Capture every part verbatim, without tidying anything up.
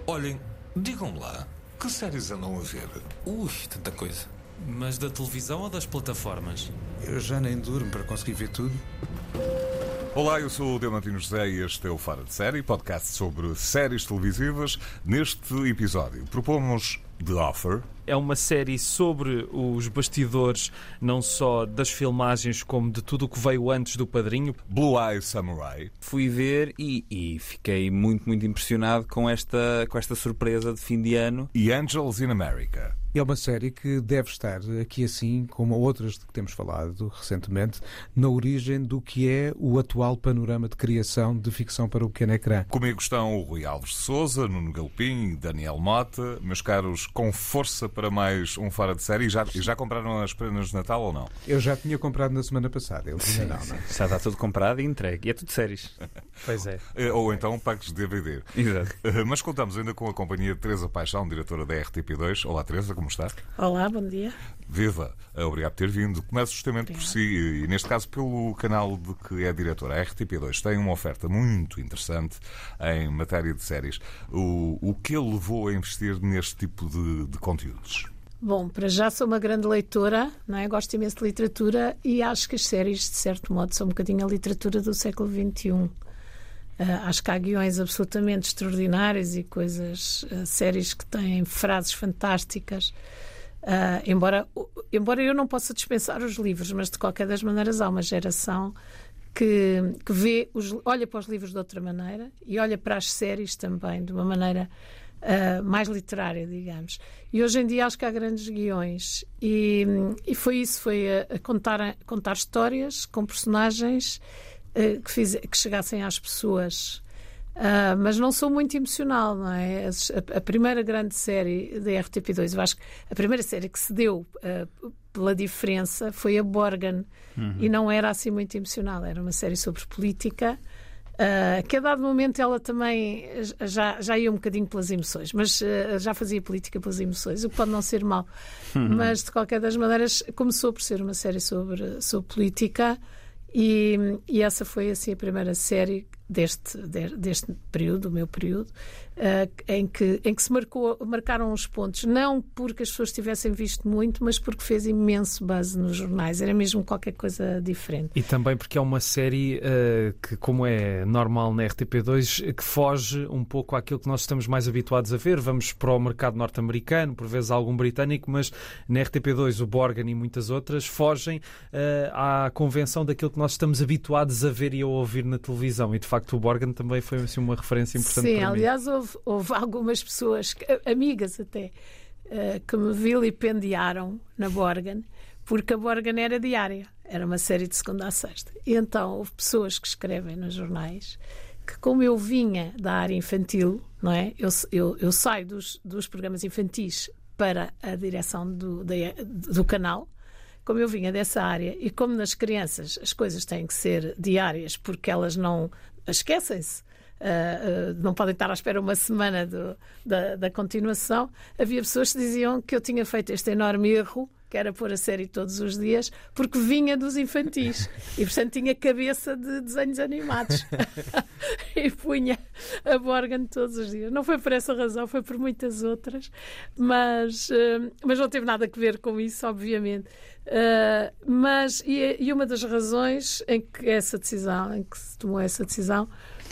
Olhem, digam-me lá, que séries andam a ver? Ui, tanta coisa. Mas da televisão ou das plataformas? Eu já nem durmo para conseguir ver tudo. Olá, eu sou o Demetrio José e este é o Fora de Série, podcast sobre séries televisivas. Neste episódio propomos The Offer. É uma série sobre os bastidores, não só das filmagens, como de tudo o que veio antes do Padrinho. Blue Eye Samurai. Fui ver e, e fiquei muito, muito impressionado com esta, com esta surpresa de fim de ano. E Angels in America. É uma série que deve estar aqui assim, como outras de que temos falado recentemente, na origem do que é o atual panorama de criação de ficção para o pequeno ecrã. Comigo estão o Rui Alves de Sousa, Nuno Galpim e Daniel Mota. Meus caros, com força para mais um Fora de Série. E já, e já compraram as prendas de Natal ou não? Eu já tinha comprado na semana passada. Eles ainda não, não é? Já está tudo comprado e entregue. E é tudo séries. Pois é. Ou então packs de D V D. Exato. Mas contamos ainda com a companhia de Teresa Paixão, diretora da R T P dois. Olá, Teresa, como está? Olá, bom dia. Viva, obrigado por ter vindo. Começo justamente por si, e neste caso pelo canal de que é diretora. A R T P dois tem uma oferta muito interessante em matéria de séries. O, o que ele levou a investir neste tipo de, de conteúdos? Bom, para já sou uma grande leitora, não é? Gosto imenso de literatura e acho que as séries, de certo modo, são um bocadinho a literatura do século vinte e um. Uh, acho que há guiões absolutamente extraordinários e coisas, uh, séries que têm frases fantásticas. Uh, embora, embora eu não possa dispensar os livros, mas de qualquer das maneiras há uma geração que, que vê os, olha para os livros de outra maneira e olha para as séries também de uma maneira uh, mais literária, digamos. E hoje em dia acho que há grandes guiões e, e foi isso, foi a, a contar, a contar histórias com personagens uh, que, fiz, que chegassem às pessoas. Uh, mas não sou muito emocional, não é? A, a primeira grande série da R T P dois, eu acho que a primeira série que se deu uh, pela diferença foi a Borgen, uhum. E não era assim muito emocional, era uma série sobre política, uh, que a dado momento ela também já, já ia um bocadinho pelas emoções, mas uh, já fazia política pelas emoções, o que pode não ser mau, uhum. Mas de qualquer das maneiras começou por ser uma série sobre, sobre política e, e essa foi assim a primeira série Deste, deste período, o meu período, uh, em, que, em que se marcou, marcaram os pontos, não porque as pessoas tivessem visto muito, mas porque fez imenso buzz nos jornais, era mesmo qualquer coisa diferente. E também porque é uma série uh, que, como é normal na R T P dois, que foge um pouco àquilo que nós estamos mais habituados a ver. Vamos para o mercado norte-americano, por vezes algum britânico, mas na R T P dois o Borgen e muitas outras fogem uh, à convenção daquilo que nós estamos habituados a ver e a ouvir na televisão, e de facto o Borgen também foi assim, uma referência importante. Sim, para aliás, mim. Houve, houve algumas pessoas, amigas até, uh, que me vilipendiaram na Borgen, porque a Borgen era diária, era uma série de segunda a sexta. E então houve pessoas que escrevem nos jornais que, como eu vinha da área infantil, não é? Eu, eu, eu saio dos, dos programas infantis para a direção do, da, do canal. Como eu vinha dessa área e como nas crianças as coisas têm que ser diárias porque elas não esquecem-se, uh, uh, não podem estar à espera uma semana do, da, da continuação, havia pessoas que diziam que eu tinha feito este enorme erro, que era pôr a série todos os dias, porque vinha dos infantis e, portanto, tinha cabeça de desenhos animados e punha a Borgen todos os dias. Não foi por essa razão, foi por muitas outras, mas, uh, mas não teve nada a ver com isso, obviamente. Uh, mas, e, e uma das razões em que essa decisão, em que se tomou essa decisão,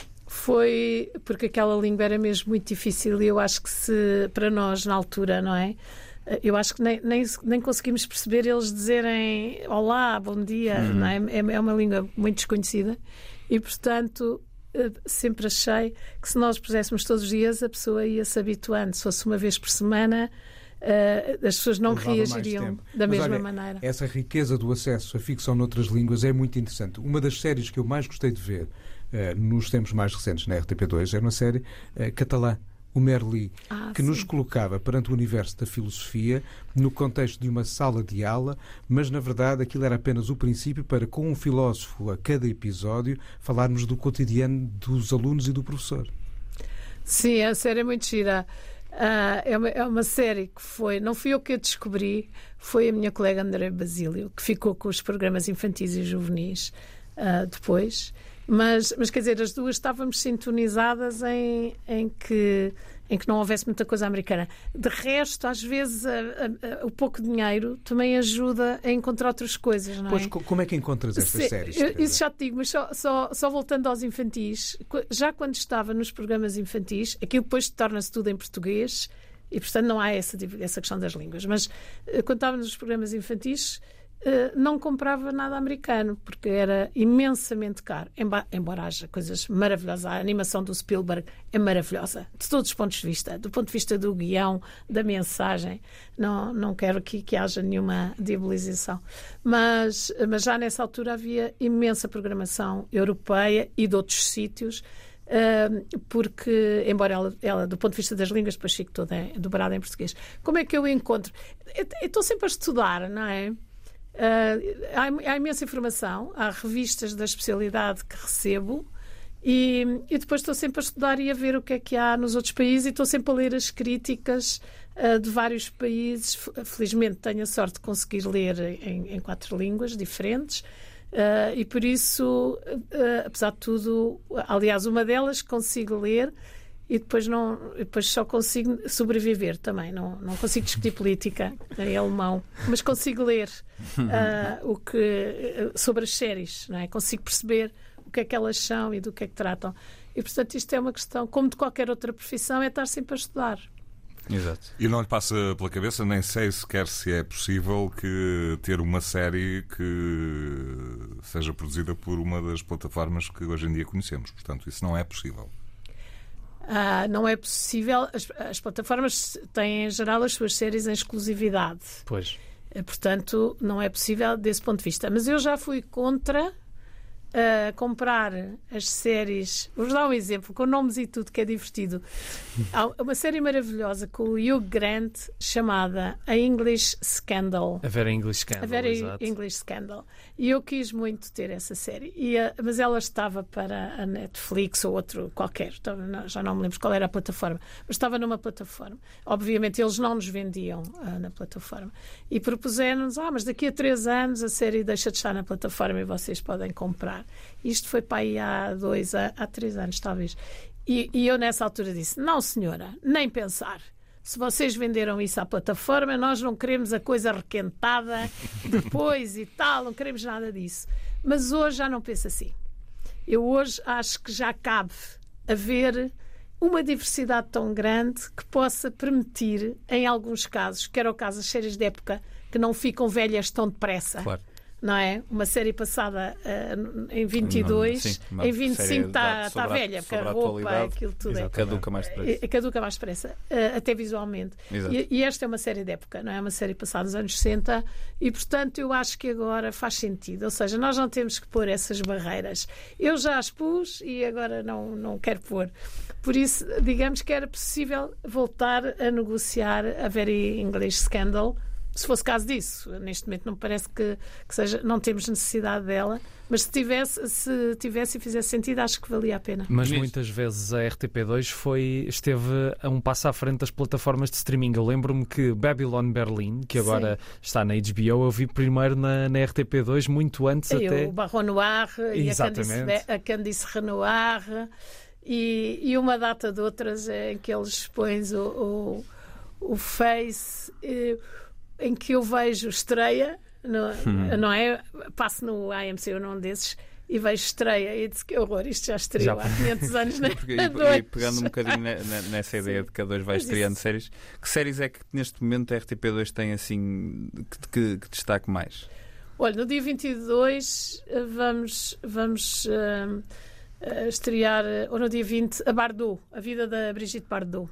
foi porque aquela língua era mesmo muito difícil e eu acho que se, para nós, na altura, não é? Eu acho que nem, nem, nem conseguimos perceber eles dizerem olá, bom dia, uhum. Não é? É uma língua muito desconhecida e, portanto, sempre achei que se nós puséssemos todos os dias, a pessoa ia se habituando. Se fosse uma vez por semana, uh, as pessoas não Levava reagiriam da Mas, mesma olha, maneira. Essa riqueza do acesso à ficção noutras línguas é muito interessante. Uma das séries que eu mais gostei de ver uh, nos tempos mais recentes na R T P dois era uma série uh, catalã, o Merli, ah, que sim. nos colocava perante o universo da filosofia no contexto de uma sala de aula, mas na verdade aquilo era apenas o princípio para, com um filósofo a cada episódio, falarmos do cotidiano dos alunos e do professor. Sim, a série é muito gira. Uh, é, uma, é uma série que foi, não fui eu que a descobri, foi a minha colega André Basílio, que ficou com os programas infantis e juvenis uh, depois. Mas, mas, quer dizer, as duas estávamos sintonizadas em, em que em que não houvesse muita coisa americana. De resto, às vezes, a, a, a, o pouco dinheiro também ajuda a encontrar outras coisas, não é? Pois, como é que encontras estas Se, séries? Eu, isso já te digo, mas só, só, só voltando aos infantis, já quando estava nos programas infantis, aquilo depois torna-se tudo em português e, portanto, não há essa, essa questão das línguas. Mas quando estava nos programas infantis, não comprava nada americano, porque era imensamente caro, embora haja coisas maravilhosas. A animação do Spielberg é maravilhosa, de todos os pontos de vista, do ponto de vista do guião, da mensagem. Não, não quero que, que haja nenhuma diabolização. Mas, mas já nessa altura havia imensa programação europeia e de outros sítios, porque, embora ela, ela, do ponto de vista das línguas, depois fique toda dobrada em português. Como é que eu encontro? Eu estou sempre a estudar, não é? Uh, há, há imensa informação, há revistas da especialidade que recebo e, e depois estou sempre a estudar e a ver o que é que há nos outros países e estou sempre a ler as críticas uh, de vários países. Felizmente tenho a sorte de conseguir ler em, em quatro línguas diferentes uh, e por isso, uh, apesar de tudo, aliás, uma delas consigo ler e depois, não, depois só consigo sobreviver também. Não, não consigo discutir política em alemão, mas consigo ler uh, o que, sobre as séries, não é? Consigo perceber o que é que elas são e do que é que tratam. E, portanto, isto é uma questão, como de qualquer outra profissão, é estar sempre a estudar. Exato. E não lhe passa pela cabeça, nem sei sequer se é possível que ter uma série que seja produzida por uma das plataformas que hoje em dia conhecemos. Portanto, isso não é possível. Uh, não é possível. As, as plataformas têm, em geral, as suas séries em exclusividade. Pois. Uh, portanto, não é possível desse ponto de vista. Mas eu já fui contra uh, comprar as séries. Vou-vos dar um exemplo, com nomes e tudo, que é divertido. Há uma série maravilhosa com o Hugh Grant chamada A English Scandal. A Very English Scandal, A Very exato. English Scandal. E eu quis muito ter essa série. E, uh, mas ela estava para a Netflix ou outro qualquer. Já não me lembro qual era a plataforma. Mas estava numa plataforma. Obviamente eles não nos vendiam uh, na plataforma. E propuseram-nos, ah, mas daqui a três anos a série deixa de estar na plataforma e vocês podem comprar. Isto foi para aí há dois, há, há três anos talvez. E, e eu nessa altura disse, não senhora, nem pensar. Se vocês venderam isso à plataforma, nós não queremos a coisa requentada depois e tal, não queremos nada disso. Mas hoje já não penso assim. Eu hoje acho que já cabe haver uma diversidade tão grande que possa permitir, em alguns casos, que era o caso das séries de época, que não ficam velhas tão depressa. Claro. Não é? Uma série passada uh, em vinte e dois, Sim, em vinte e cinco está tá velha, porque a roupa, a aquilo tudo é. Caduca mais depressa. É, caduca mais depressa, uh, até visualmente. E, e esta é uma série de época, não é? Uma série passada nos anos sessenta e, portanto, eu acho que agora faz sentido. Ou seja, nós não temos que pôr essas barreiras. Eu já as pus e agora não, não quero pôr. Por isso, digamos que era possível voltar a negociar a Very English Scandal. Se fosse caso disso, neste momento não me parece que, que seja, não temos necessidade dela, mas se tivesse, se tivesse e fizesse sentido, acho que valia a pena. Mas muitas vezes a R T P dois foi, esteve a um passo à frente das plataformas de streaming. Eu lembro-me que Babylon Berlin, que agora Sim. está na H B O, eu vi primeiro na, na R T P dois, muito antes e até... O Baron Noir e a Candice, a Candice Renoir e, e uma data de outras em que eles põem o, o, o Face... E, em que eu vejo estreia, não, hum. não é? Passo no A M C ou num desses e vejo estreia e disse que horror, isto já estreou já. há quinhentos anos na Porque, e, e pegando um bocadinho na, na, nessa ideia de que a dois vai estreando isso. séries, que séries é que neste momento a R T P dois tem assim que, que, que destaque mais? Olha, no dia vinte e dois vamos, vamos uh, uh, estrear, ou no dia vinte, a Bardot, a vida da Brigitte Bardot.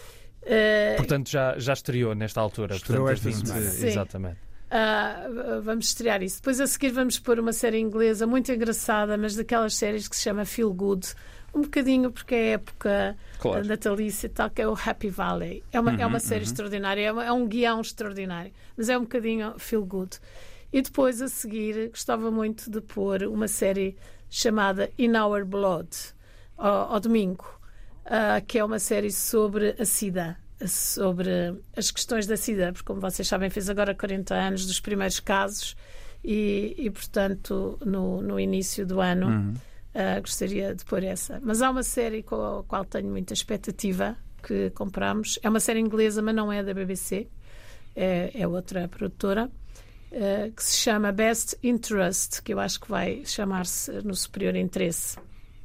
Uh, Portanto, já, já estreou nesta altura. Estreou Portanto, esta semana. Sim. Exatamente. Uh, vamos estrear isso. Depois a seguir vamos pôr uma série inglesa muito engraçada, mas daquelas séries que se chama Feel Good. Um bocadinho porque é a época claro. natalícia e tal, que é o Happy Valley. É uma, uhum, é uma série uhum. extraordinária, é, uma, é um guião extraordinário, mas é um bocadinho Feel Good. E depois a seguir gostava muito de pôr uma série chamada In Our Blood, ao, ao domingo. Uh, que é uma série sobre a SIDA, sobre as questões da SIDA, porque, como vocês sabem, fez agora quarenta anos dos primeiros casos e, e portanto, no, no início do ano uhum. uh, gostaria de pôr essa. Mas há uma série com a qual tenho muita expectativa, que comprámos. É uma série inglesa, mas não é da B B C, é, é outra produtora, uh, que se chama Best Interest, que eu acho que vai chamar-se No Superior Interesse,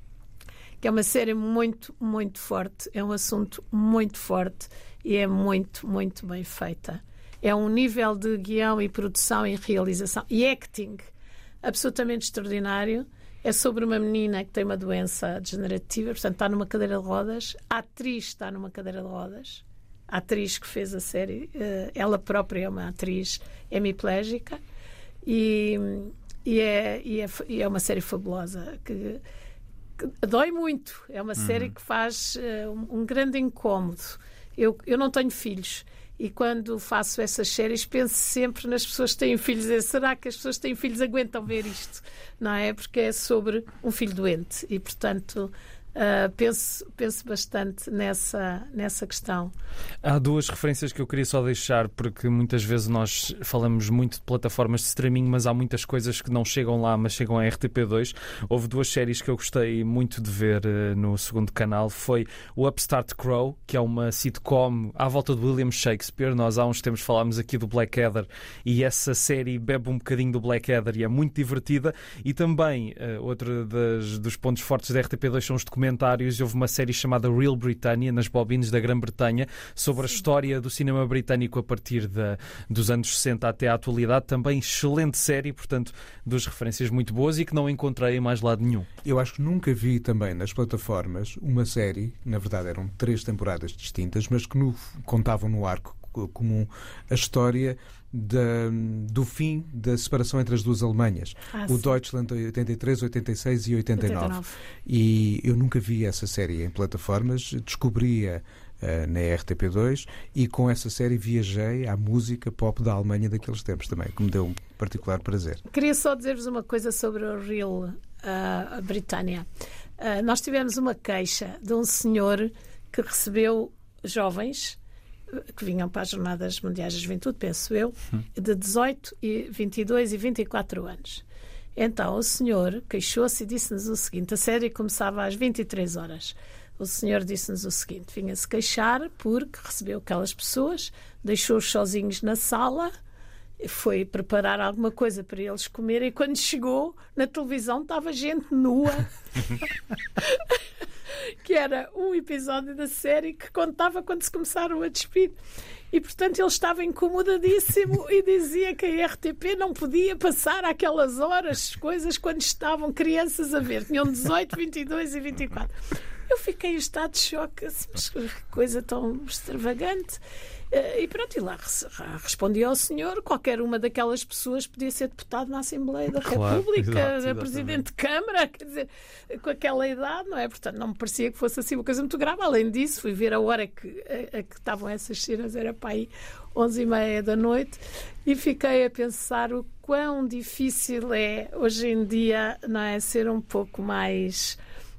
que é uma série muito, muito forte, é um assunto muito forte e é muito, muito bem feita. É um nível de guião e produção e realização e acting absolutamente extraordinário. É sobre uma menina que tem uma doença degenerativa, portanto está numa cadeira de rodas. A atriz está numa cadeira de rodas. A atriz que fez a série, ela própria é uma atriz hemiplégica e, e, é, e, é, e é uma série fabulosa que dói muito. É uma uhum. série que faz uh, um, um grande incómodo. Eu, eu não tenho filhos e quando faço essas séries penso sempre nas pessoas que têm filhos. É, será que as pessoas que têm filhos aguentam ver isto? Não é? Porque é sobre um filho doente e, portanto, uh, penso, penso bastante nessa, nessa questão. Há duas referências que eu queria só deixar, porque muitas vezes nós falamos muito de plataformas de streaming, mas há muitas coisas que não chegam lá, mas chegam à R T P dois. Houve duas séries que eu gostei muito de ver uh, no segundo canal. Foi o Upstart Crow, que é uma sitcom à volta de William Shakespeare. Nós há uns tempos falámos aqui do Blackadder e essa série bebe um bocadinho do Blackadder e é muito divertida. E também, uh, outro das, dos pontos fortes da R T P dois são os documentários. Houve uma série chamada Real Britannia, nas bobines da Grã-Bretanha, sobre a história do cinema britânico a partir da, dos anos sessenta até à atualidade. Também excelente série, portanto, duas referências muito boas e que não encontrei em mais lado nenhum. Eu acho que nunca vi também nas plataformas uma série, na verdade eram três temporadas distintas, mas que no, contavam no arco comum a história da, do fim da separação entre as duas Alemanhas. Ah, o Deutschland oitenta e três, oitenta e seis e oitenta e nove. oitenta e nove. E eu nunca vi essa série em plataformas, descobri-a uh, na R T P dois e com essa série viajei à música pop da Alemanha daqueles tempos também, que me deu um particular prazer. Queria só dizer-vos uma coisa sobre o Real uh, Britannia. Uh, nós tivemos uma queixa de um senhor que recebeu jovens que vinham para as Jornadas Mundiais da Juventude, penso eu, de dezoito, vinte e dois e vinte e quatro anos. Então o senhor queixou-se e disse-nos o seguinte: a série começava às vinte e três horas. O senhor disse-nos o seguinte: vinha-se queixar porque recebeu aquelas pessoas, deixou-os sozinhos na sala, foi preparar alguma coisa para eles comerem e quando chegou na televisão estava gente nua. Que era um episódio da série que contava quando se começaram a despir. E, portanto, ele estava incomodadíssimo e dizia que a R T P não podia passar aquelas horas, coisas, quando estavam crianças a ver. Tinham dezoito, vinte e dois e vinte e quatro. Eu fiquei em estado de choque, assim, mas que coisa tão extravagante. E pronto, e lá respondi ao senhor: qualquer uma daquelas pessoas podia ser deputado na Assembleia da claro, República, exato, presidente de Câmara, quer dizer, com aquela idade, não é? Portanto, não me parecia que fosse assim uma coisa muito grave. Além disso, fui ver a hora que, a, a que estavam essas cenas, era para aí onze e meia da noite, e fiquei a pensar o quão difícil é hoje em dia, não é, ser um pouco mais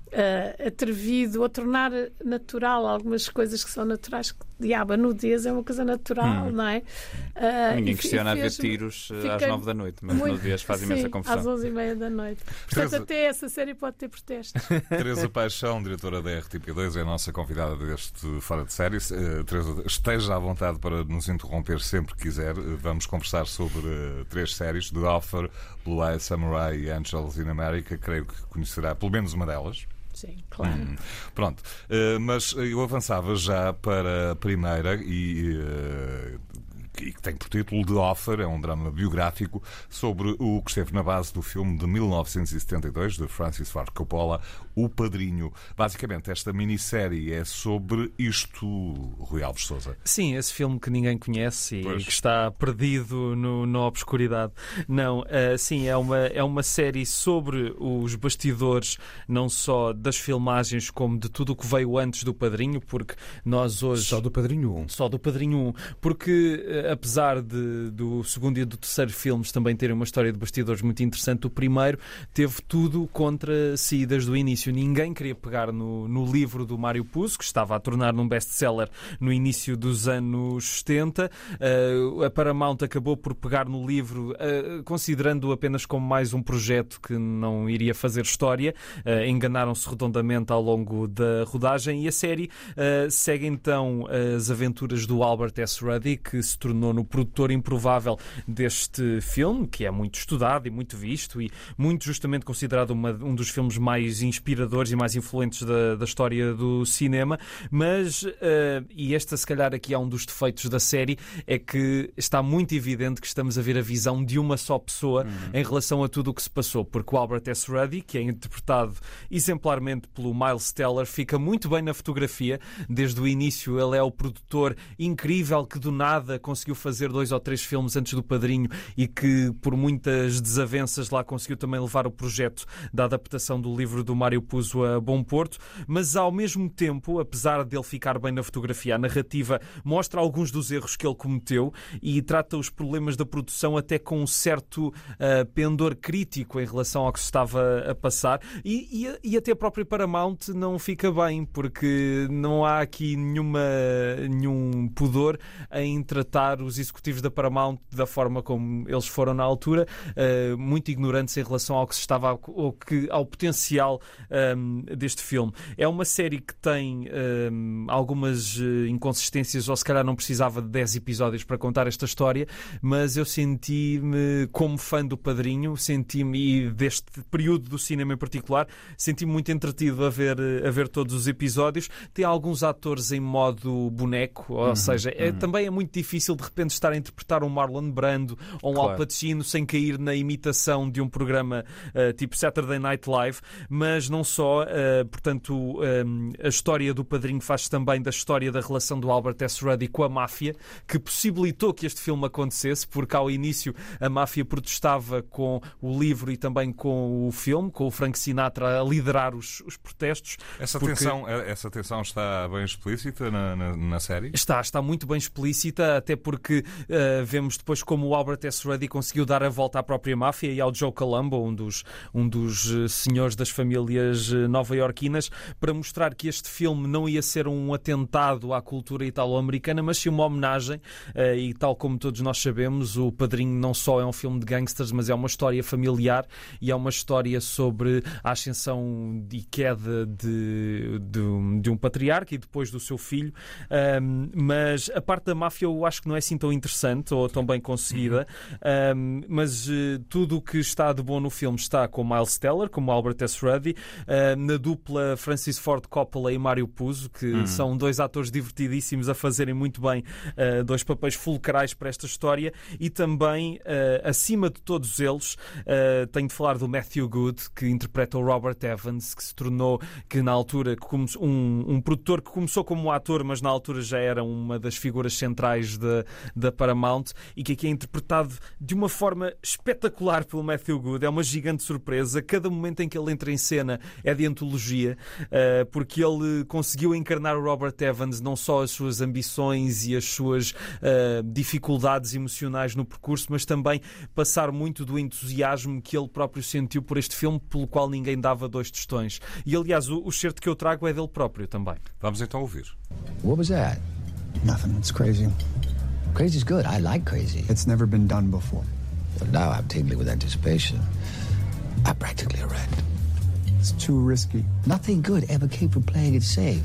Uh, atrevido, ou tornar natural algumas coisas que são naturais. Diabo, a nudez é uma coisa natural, hum. não é? Uh, Ninguém questiona haver tiros às nove da noite, mas muito, nudez faz imensa confusão. Às onze e meia da noite. Portanto, Teresa, até essa série pode ter protestos. Teresa Paixão, diretora da R T P dois, é a nossa convidada deste Fora de Séries. Uh, Teresa, esteja à vontade para nos interromper sempre que quiser. Uh, vamos conversar sobre uh, três séries: The Offer, Blue Eye Samurai e Angels in America. Creio que conhecerá pelo menos uma delas. Sim, claro. Hum, pronto, uh, mas eu avançava já para a primeira e, uh, e que tem por título The Offer. É um drama biográfico sobre o que esteve na base do filme de mil novecentos e setenta e dois de Francis Ford Coppola, O Padrinho. Basicamente, esta minissérie é sobre isto, Rui Alves Sousa. Sim, esse filme que ninguém conhece e pois. que está perdido no, na obscuridade. Não, uh, sim, é uma, é uma série sobre os bastidores, não só das filmagens, como de tudo o que veio antes do Padrinho, porque nós hoje... Só do Padrinho um. Só do Padrinho um. Porque, uh, apesar de, do segundo e do terceiro filmes também terem uma história de bastidores muito interessante, o primeiro teve tudo contra si desde o início. Ninguém queria pegar no, no livro do Mário Puzo, que estava a tornar num best-seller no início dos anos setenta. Uh, a Paramount acabou por pegar no livro, uh, considerando-o apenas como mais um projeto que não iria fazer história. Uh, enganaram-se redondamente ao longo da rodagem, e a série uh, segue então as aventuras do Albert S. Ruddy, que se tornou no produtor improvável deste filme, que é muito estudado e muito visto e muito justamente considerado uma, um dos filmes mais inspiradores e mais influentes da, da história do cinema. Mas, uh, e esta se calhar aqui é um dos defeitos da série, é que está muito evidente que estamos a ver a visão de uma só pessoa uhum. em relação a tudo o que se passou, porque o Albert S. Ruddy, que é interpretado exemplarmente pelo Miles Teller, fica muito bem na fotografia. Desde o início ele é o produtor incrível que do nada conseguiu fazer dois ou três filmes antes do Padrinho e que por muitas desavenças lá conseguiu também levar o projeto da adaptação do livro do Mário Puzo a bom porto, mas ao mesmo tempo, apesar dele ficar bem na fotografia, a narrativa mostra alguns dos erros que ele cometeu e trata os problemas da produção até com um certo uh, pendor crítico em relação ao que se estava a passar, e, e, e até a própria Paramount não fica bem, porque não há aqui nenhuma, nenhum pudor em tratar os executivos da Paramount da forma como eles foram na altura, uh, muito ignorantes em relação ao que se estava ao, que, ao potencial um, deste filme. É uma série que tem um, algumas inconsistências, ou se calhar não precisava de dez episódios para contar esta história, mas eu senti-me, como fã do Padrinho, senti-me, e deste período do cinema em particular, senti-me muito entretido a ver, a ver todos os episódios. Tem alguns atores em modo boneco, ou uhum, seja, é, uhum. também é muito difícil de repente estar a interpretar um Marlon Brando ou um claro. Al Pacino sem cair na imitação de um programa uh, tipo Saturday Night Live, mas não só, uh, portanto, um, a história do Padrinho faz também da história da relação do Albert S. Ruddy com a máfia, que possibilitou que este filme acontecesse, porque ao início a máfia protestava com o livro e também com o filme, com o Frank Sinatra a liderar os, os protestos. Essa, porque... tensão, essa tensão está bem explícita na, na, na série? Está, está muito bem explícita, até porque uh, vemos depois como o Albert S. Ruddy conseguiu dar a volta à própria máfia e ao Joe Colombo, um dos, um dos uh, senhores das famílias uh, nova-iorquinas, para mostrar que este filme não ia ser um atentado à cultura italo-americana, mas sim uma homenagem, uh, e tal como todos nós sabemos, o Padrinho não só é um filme de gangsters, mas é uma história familiar e é uma história sobre a ascensão e queda de, de, de um patriarca e depois do seu filho, um, mas a parte da máfia eu acho que não é assim tão interessante ou tão bem conseguida, um, mas uh, tudo o que está de bom no filme está com Miles Teller, como Albert S. Ruddy, uh, na dupla Francis Ford Coppola e Mário Puzo, que uhum. são dois atores divertidíssimos a fazerem muito bem uh, dois papéis fulcrais para esta história, e também, uh, acima de todos eles, uh, tenho de falar do Matthew Good, que interpreta o Robert Evans, que se tornou, que na altura, um, um produtor que começou como ator, mas na altura já era uma das figuras centrais da, da Paramount, e que aqui é interpretado de uma forma espetacular pelo Matthew Good. É uma gigante surpresa. Cada momento em que ele entra em cena é de antologia, uh, porque ele conseguiu encarnar o Robert Evans, não só as suas ambições e as suas uh, dificuldades emocionais no percurso, mas também passar muito do entusiasmo que ele próprio sentiu por este filme, pelo qual ninguém dava dois tostões. E aliás, o, o certo que eu trago é dele próprio também. Vamos então ouvir. What was that? Nothing. It's crazy. Crazy's good. I like crazy. It's never been done before. Well, now I'm tingling with anticipation. I'm practically erect. It's too risky. Nothing good ever came from playing it safe.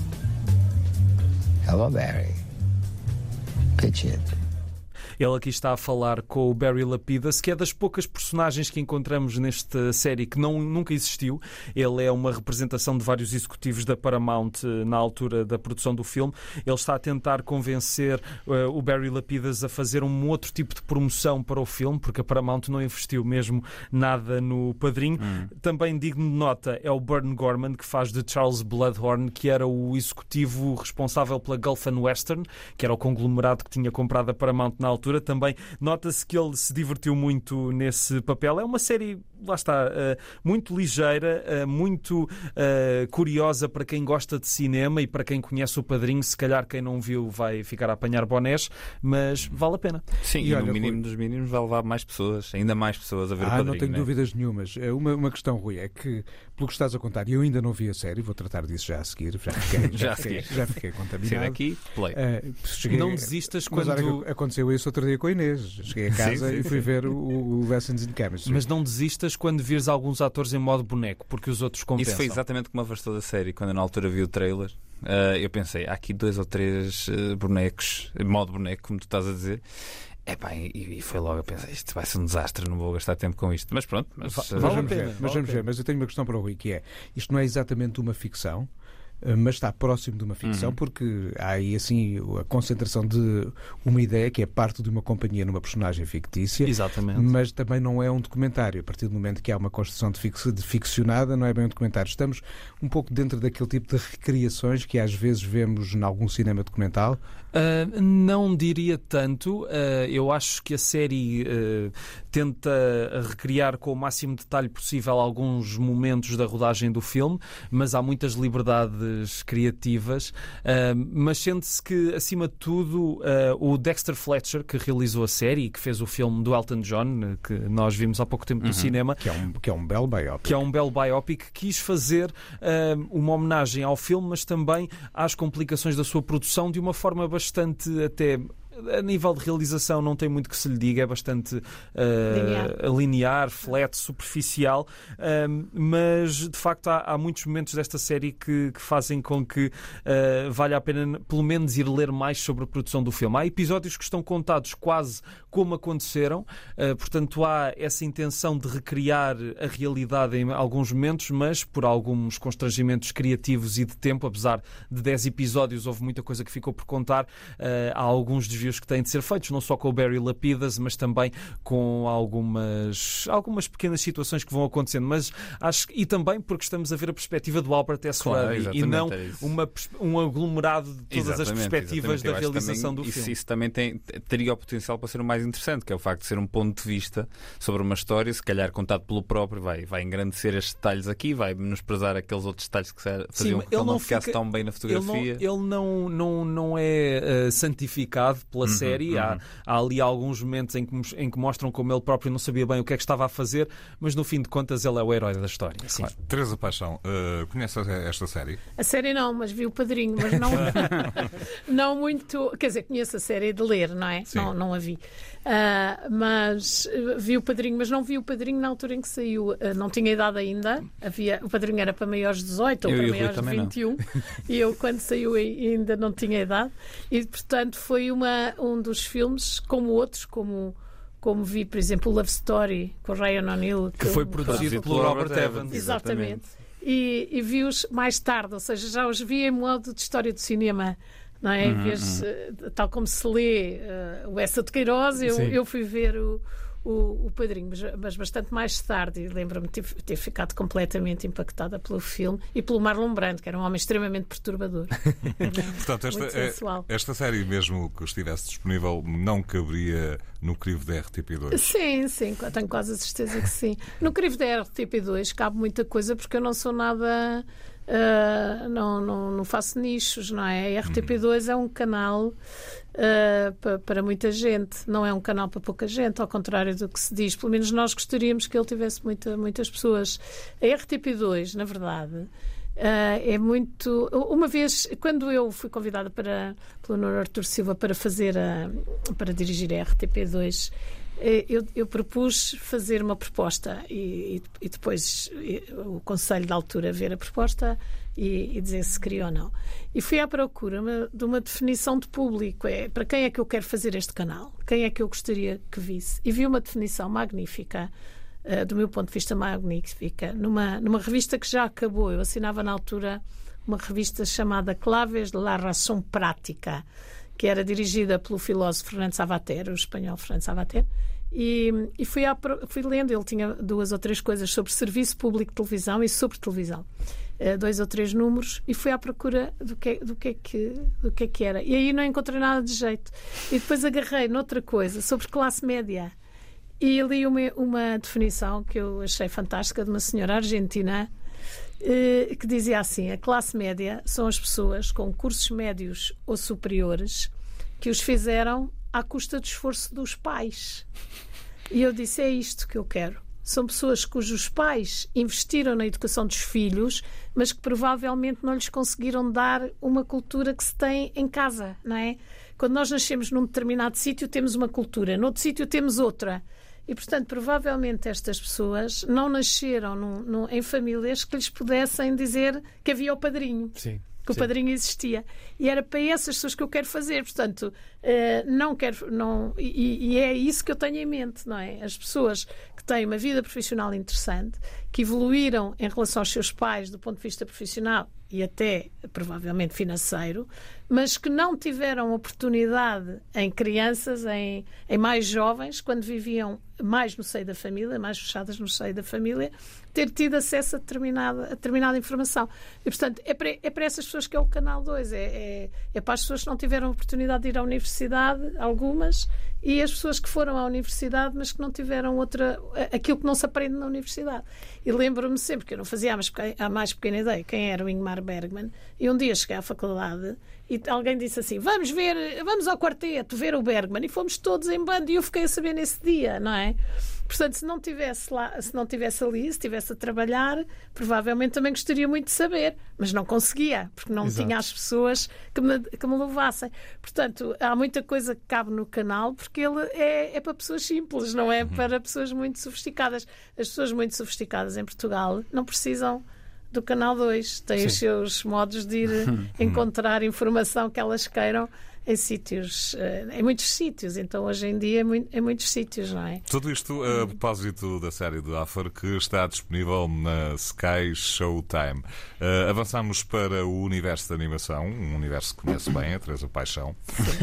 Hello, Barry. Pitch it. Ele aqui está a falar com o Barry Lapidus, que é das poucas personagens que encontramos nesta série que não, nunca existiu. Ele é uma representação de vários executivos da Paramount na altura da produção do filme. Ele está a tentar convencer uh, o Barry Lapidus a fazer um outro tipo de promoção para o filme, porque a Paramount não investiu mesmo nada no Padrinho. Hum. Também digno de nota é o Burn Gorman, que faz de Charles Bloodhorn, que era o executivo responsável pela Gulf and Western, que era o conglomerado que tinha comprado a Paramount na altura. Também nota-se que ele se divertiu muito nesse papel. É uma série, lá está, uh, muito ligeira, uh, muito uh, curiosa para quem gosta de cinema e para quem conhece o Padrinho. Se calhar quem não viu vai ficar a apanhar bonés, mas vale a pena. Sim, e, e olha, no mínimo Rui... dos mínimos vai levar mais pessoas, ainda mais pessoas a ver ah, o Padrinho. Não tenho né? dúvidas nenhumas. Uma, uma questão, Rui, é que, pelo que estás a contar, e eu ainda não vi a série, vou tratar disso já a seguir, já fiquei, já já fiquei, seguir. já fiquei contaminado. Sim, aqui, play. Uh, cheguei... Não desistas Mas quando... olha, aconteceu isso, eu outro dia com a Inês. Cheguei a casa sim, sim, e fui sim. ver o, o Lessons in Chemistry. Mas não desistas quando vires alguns atores em modo boneco, porque os outros compensam. Isso foi exatamente como afastou da série. Quando eu na altura vi o trailer, uh, eu pensei, há aqui dois ou três uh, bonecos, em modo boneco, como tu estás a dizer. Epá, e, e foi logo a pensar, isto vai ser um desastre, não vou gastar tempo com isto. Mas pronto, mas, mas, uh, vale vamos, ver, mas vamos ver. Mas eu tenho uma questão para o Rui, que é, isto não é exatamente uma ficção, mas está próximo de uma ficção, uhum. porque há aí assim a concentração de uma ideia que é parte de uma companhia numa personagem fictícia. Exatamente. Mas também não é um documentário. A partir do momento que há uma construção de, fix, de ficcionada, não é bem um documentário. Estamos um pouco dentro daquele tipo de recriações que às vezes vemos em algum cinema documental. Uh, não diria tanto. Uh, eu acho que a série uh, tenta recriar com o máximo detalhe possível alguns momentos da rodagem do filme, mas há muitas liberdades criativas. Uh, mas sente-se que, acima de tudo, uh, o Dexter Fletcher, que realizou a série e que fez o filme do Elton John, que nós vimos há pouco tempo no uhum. cinema, que é um, que é um belo biopic, que é um belo biopic, quis fazer uh, uma homenagem ao filme, mas também às complicações da sua produção de uma forma bastante bastante até a nível de realização não tem muito que se lhe diga, é bastante uh, linear. linear, flat, superficial, uh, mas de facto há, há muitos momentos desta série que, que fazem com que uh, valha a pena pelo menos ir ler mais sobre a produção do filme. Há episódios que estão contados quase como aconteceram, uh, portanto há essa intenção de recriar a realidade em alguns momentos, mas por alguns constrangimentos criativos e de tempo, apesar de dez episódios houve muita coisa que ficou por contar, uh, há alguns desvios que têm de ser feitos, não só com o Barry Lapidus, mas também com algumas, algumas pequenas situações que vão acontecendo. Mas acho, e também porque estamos a ver a perspectiva do Albert S. Claro, Ruddy e não é uma, um aglomerado de todas exatamente, as perspectivas da realização também, do isso, filme. Isso também tem, teria o potencial para ser o mais interessante, que é o facto de ser um ponto de vista sobre uma história, se calhar contado pelo próprio, vai, vai engrandecer estes detalhes aqui, vai menosprezar aqueles outros detalhes que faziam Sim, que ele não ficasse fica, tão bem na fotografia. Ele não, ele não, não, não é uh, santificado pela uhum, série. Uhum. Há, há ali alguns momentos em que, em que mostram como ele próprio não sabia bem o que é que estava a fazer, mas no fim de contas ele é o herói da história. Sim. Claro. Teresa Paixão, uh, conhece esta série? A série não, mas vi o Padrinho, mas não, não muito. Quer dizer, conheço a série de ler, não é? Não, não a vi. Uh, mas vi o Padrinho, mas não vi o Padrinho na altura em que saiu. Uh, não tinha idade ainda. Havia, o Padrinho era para maiores de dezoito ou eu para maiores de vinte e um. E eu, quando saiu, ainda não tinha idade. E, portanto, foi uma, um dos filmes, como outros, como. Como vi, por exemplo, o Love Story com o Ryan O'Neill, que, que foi produzido pelo Robert Evans. Exatamente. E, e vi-os mais tarde, ou seja, já os vi em modo de história do cinema, não é? Uhum, vez, uhum. Tal como se lê uh, o Essa de Queiroz, eu, eu fui ver o, o, o Padrinho, mas, mas bastante mais tarde. E lembro-me de ter, ter ficado completamente impactada pelo filme e pelo Marlon Brando, que era um homem extremamente perturbador. Portanto, esta, é, esta série, mesmo que estivesse disponível, não caberia no crivo da R T P dois? Sim, sim, tenho quase a certeza que sim. No crivo da R T P dois cabe muita coisa, porque eu não sou nada... Uh, não, não, não faço nichos, não é? A R T P dois é um canal uh, para, para muita gente, não é um canal para pouca gente, ao contrário do que se diz. Pelo menos nós gostaríamos que ele tivesse muita, muitas pessoas. A R T P dois, na verdade, uh, é muito... Uma vez, quando eu fui convidada para, pelo Nuno Artur Silva para fazer a, para dirigir a R T P dois, Eu, eu propus fazer uma proposta e, e depois e, o Conselho da altura ver a proposta e, e dizer se queria ou não. E fui à procura uma, de uma definição de público. É, para quem é que eu quero fazer este canal? Quem é que eu gostaria que visse? E vi uma definição magnífica, uh, do meu ponto de vista magnífica, numa, numa revista que já acabou. Eu assinava na altura uma revista chamada Claves de la Razón Prática, que era dirigida pelo filósofo Fernando Savater, o espanhol Fernando Savater, e, e fui, à, fui lendo. Ele tinha duas ou três coisas sobre serviço público de televisão e sobre televisão, uh, dois ou três números, e fui à procura do que, do, que é que, do que é que era. E aí não encontrei nada de jeito. E depois agarrei noutra coisa, sobre classe média, e li uma, uma definição que eu achei fantástica, de uma senhora argentina, que dizia assim: a classe média são as pessoas com cursos médios ou superiores que os fizeram à custa do esforço dos pais. E eu disse: é isto que eu quero. São pessoas cujos pais investiram na educação dos filhos, mas que provavelmente não lhes conseguiram dar uma cultura que se tem em casa, não é? Quando nós nascemos num determinado sítio, temos uma cultura, noutro sítio temos outra. E, portanto, provavelmente estas pessoas não nasceram num, num, em famílias que lhes pudessem dizer que havia o padrinho. Sim. Que o Sim. padrinho existia. E era para essas pessoas que eu quero fazer. Portanto, uh, não quero. Não, e, e é isso que eu tenho em mente, não é? As pessoas que têm uma vida profissional interessante, que evoluíram em relação aos seus pais do ponto de vista profissional e até provavelmente financeiro, mas que não tiveram oportunidade em crianças, em, em mais jovens, quando viviam mais no seio da família, mais fechadas no seio da família, ter tido acesso a determinada, a determinada informação. E, portanto, é para, é para essas pessoas que é o Canal dois. É, é, é para as pessoas que não tiveram oportunidade de ir à universidade, algumas, e as pessoas que foram à universidade, mas que não tiveram outra... aquilo que não se aprende na universidade. E lembro-me sempre, que eu não fazia a mais pequena ideia quem era o Ingmar Bergman, e um dia cheguei à faculdade e alguém disse assim, vamos ver, vamos ao quarteto ver o Bergman, e fomos todos em bando, e eu fiquei a saber nesse dia, não é? Portanto, se não tivesse lá, se não tivesse ali, se estivesse a trabalhar, provavelmente também gostaria muito de saber, mas não conseguia, porque não Exato. tinha as pessoas que me, que me levassem. Portanto, há muita coisa que cabe no canal, porque ele é, é para pessoas simples, não é para pessoas muito sofisticadas. As pessoas muito sofisticadas em Portugal não precisam do Canal dois, têm Sim. os seus modos de ir encontrar informação que elas queiram em sítios, em muitos sítios. Então, hoje em dia, em muitos sítios, não é? Tudo isto a propósito da série de Afar, que está disponível na Sky Showtime. Uh, avançamos para o universo de animação, um universo que conhece bem, a Teresa Paixão.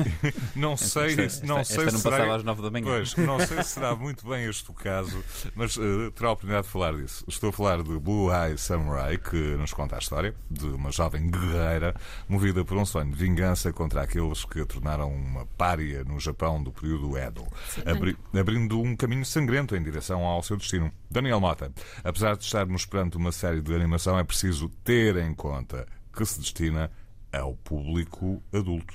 Não sei, Esta, não esta, sei esta não se será... passava às nove da manhã. Pois, não sei se será muito bem este o caso, mas uh, terá a oportunidade de falar disso. Estou a falar de Blue Eye Samurai, que nos conta a história de uma jovem guerreira movida por um sonho de vingança contra aqueles que a tornaram uma pária no Japão do período Edo, abri abrindo um caminho sangrento em direção ao seu destino. Daniel Mota, apesar de estarmos perante uma série de animação, é preciso ter em conta que se destina ao público adulto.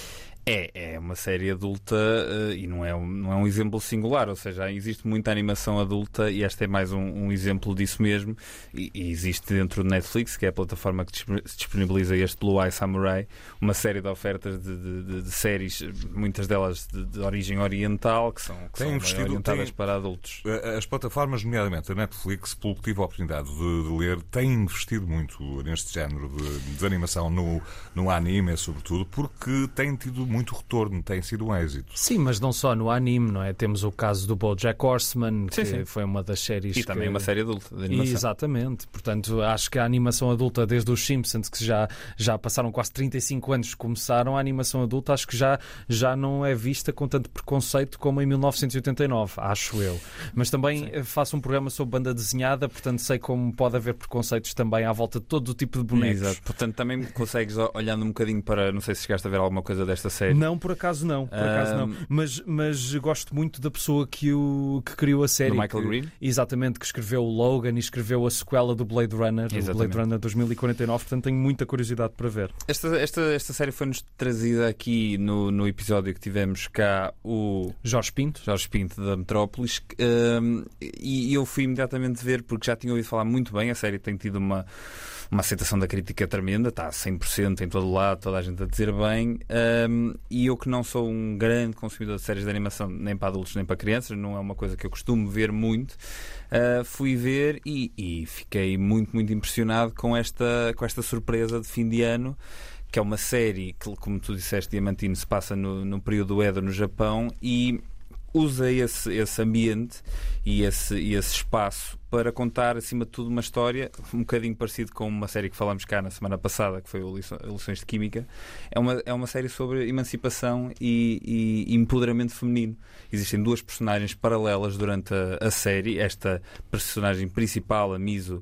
É, é uma série adulta uh, e não é, um, não é um exemplo singular, ou seja, existe muita animação adulta e esta é mais um, um exemplo disso mesmo. E, e existe dentro do Netflix, que é a plataforma que disponibiliza este Blue Eye Samurai, uma série de ofertas de, de, de, de séries, muitas delas de, de origem oriental, que são, que são investido, orientadas tem, para adultos. As plataformas, nomeadamente a Netflix, pelo que tive a oportunidade de, de ler, têm investido muito neste género de, de animação, no, no anime, sobretudo, porque têm tido muito muito retorno, tem sido um êxito. Sim, mas não só no anime, não é? Temos o caso do BoJack Horseman, sim, que sim. foi uma das séries e que... também uma série adulta de animação. Exatamente, portanto acho que a animação adulta, desde os Simpsons, que já, já passaram quase trinta e cinco anos que começaram, a animação adulta acho que já, já não é vista com tanto preconceito como em mil novecentos e oitenta e nove, acho eu. Mas também sim. faço um programa sobre banda desenhada, portanto sei como pode haver preconceitos também à volta de todo o tipo de bonecos. Exato. Portanto também consegues, olhando um bocadinho para, não sei se chegaste a ver alguma coisa desta série. Não, por acaso não, por acaso um... não. Mas, mas gosto muito da pessoa que, o, que criou a série. Do Michael que, Green? Exatamente, que escreveu o Logan e escreveu a sequela do Blade Runner, exatamente. o Blade Runner dois mil e quarenta e nove, portanto tenho muita curiosidade para ver. Esta, esta, esta série foi-nos trazida aqui no, no episódio que tivemos cá o Jorge Pinto, Jorge Pinto da Metrópolis, um, e eu fui imediatamente ver porque já tinha ouvido falar muito bem. A série tem tido uma uma aceitação da crítica tremenda, está a cem por cento em todo o lado, toda a gente a dizer bem, um, e eu que não sou um grande consumidor de séries de animação, nem para adultos nem para crianças, não é uma coisa que eu costumo ver muito, uh, fui ver e, e fiquei muito, muito impressionado com esta, com esta surpresa de fim de ano, que é uma série que, como tu disseste, Diamantino, se passa no, no período Edo no Japão e usa esse, esse ambiente e esse, e esse espaço para contar, acima de tudo, uma história um bocadinho parecido com uma série que falámos cá na semana passada, que foi o Lições de Química. É uma, é uma série sobre emancipação e, e empoderamento feminino. Existem duas personagens paralelas durante a, a série, esta personagem principal, a Miso, uh,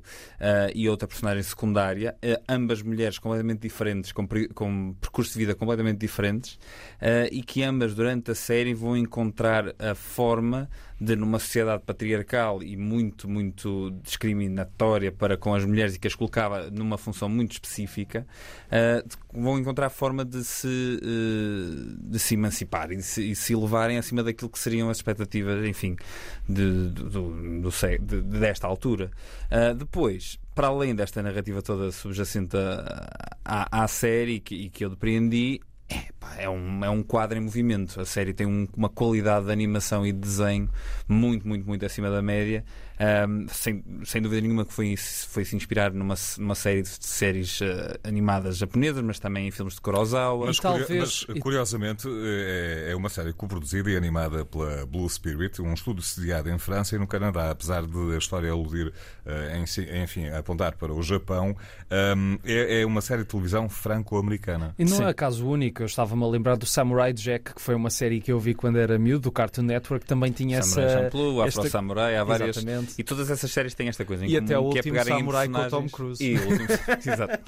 e outra personagem secundária, uh, ambas mulheres completamente diferentes, com, com percursos de vida completamente diferentes, uh, e que ambas durante a série vão encontrar a forma de, numa sociedade patriarcal e muito, muito discriminatória para com as mulheres e que as colocava numa função muito específica, uh, vão encontrar a forma de se, uh, de se emancipar e de se, e se elevarem acima daquilo que seriam as expectativas, enfim, de, de, do, do, de, desta altura. Uh, depois, para além desta narrativa toda subjacente à, à série e que, e que eu depreendi, é, pá, é, um, é um quadro em movimento. A série tem um, uma qualidade de animação e de desenho muito, muito, muito acima da média. Um, sem, sem dúvida nenhuma que foi, foi se inspirar numa, numa série de séries uh, animadas japonesas, mas também em filmes de Kurosawa. Mas, talvez... mas curiosamente é, é uma série coproduzida e animada pela Blue Spirit, um estúdio sediado em França e no Canadá, apesar de a história aludir, uh, em, enfim, apontar para o Japão. Um, é, é uma série de televisão franco-americana. E não Sim. é caso único. Eu estava-me a lembrar do Samurai Jack, que foi uma série que eu vi quando era miúdo, do Cartoon Network, também tinha Samurai essa... Champloo, Afro esta... Samurai, há várias. Exatamente. E todas essas séries têm esta coisa em E comum, até o que é último pegarem Samurai em com o personagens... Tom Cruise. E o último... Exato.